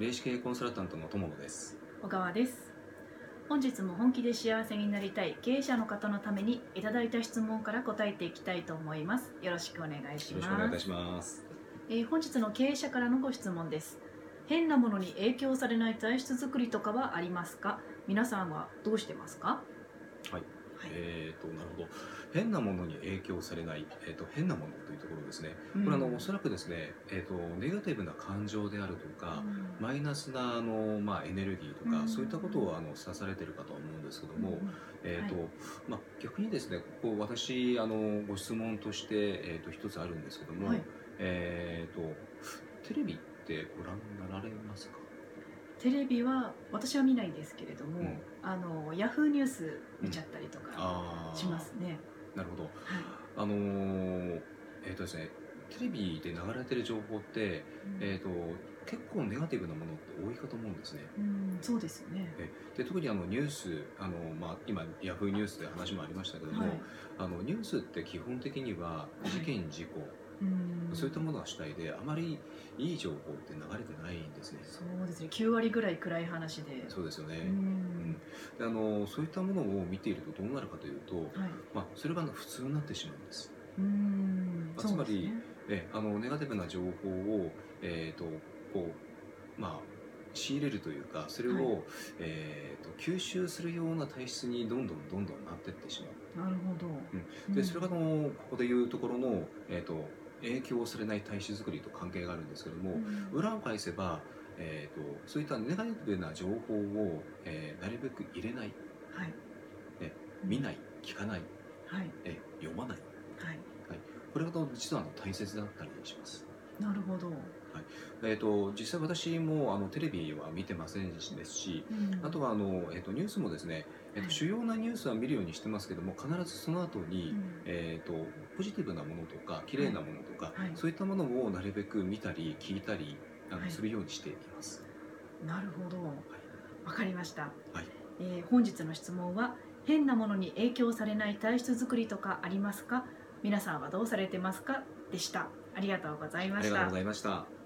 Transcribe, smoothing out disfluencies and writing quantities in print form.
霊視系コンサルタントの友野です。 小川です。本日も本気で幸せになりたい経営者の方のためにいただいた質問から答えていきたいと思います。よろしくお願いします。 よろしくお願いいたします。 本日の経営者からのご質問です。変なものに影響されない体質作りとかはありますか？皆さんはどうしてますか？ はい。なるほど。変なものに影響されない、変なものというところですね。これおそらくですね、ネガティブな感情であるとか、マイナスなエネルギーとか、そういったことを指されているかと思うんですけども、逆にですね、ここ私ご質問として、一つあるんですけども、 はい、 テレビってご覧になられますか？ テレビは私は見ないんですけれども、ヤフーニュース見ちゃったりとかしますね。 なるほど。 はい。 ですね、テレビで流れてる情報って、結構ネガティブなものって多いかと思うんですね。 そうですよね。 で特にニュース今ヤフーニュースで話もありましたけども、ニュースって基本的には事件事故、そういったものが主体であまりいい情報って流れてないんですね。 そうですね。9割ぐらい暗い話で。 そうですよね。でそういったものを見ているとどうなるかというと、それが普通になってしまうんです。つまり、ネガティブな情報を、仕入れるというか、それを、吸収するような体質にどんどんなっていってしまう。 なるほど。 でそれがここでいうところの、影響されない体質作りと関係があるんですけども、裏を返せば、そういったネガティブな情報を、なるべく入れない、見ない、聞かない、読まない、これが実は大切だったりします。 なるほど。 実際私もテレビは見てませんですし、あとはニュースもですね、主要なニュースは見るようにしてますけども、必ずその後に、ポジティブなものとか綺麗なものとか、そういったものをなるべく見たり聞いたりするようにしています。 なるほど。わかりました。本日の質問は、変なものに影響されない体質作りとかありますか？皆さんはどうされてますか？でした。ありがとうございました。 ありがとうございました。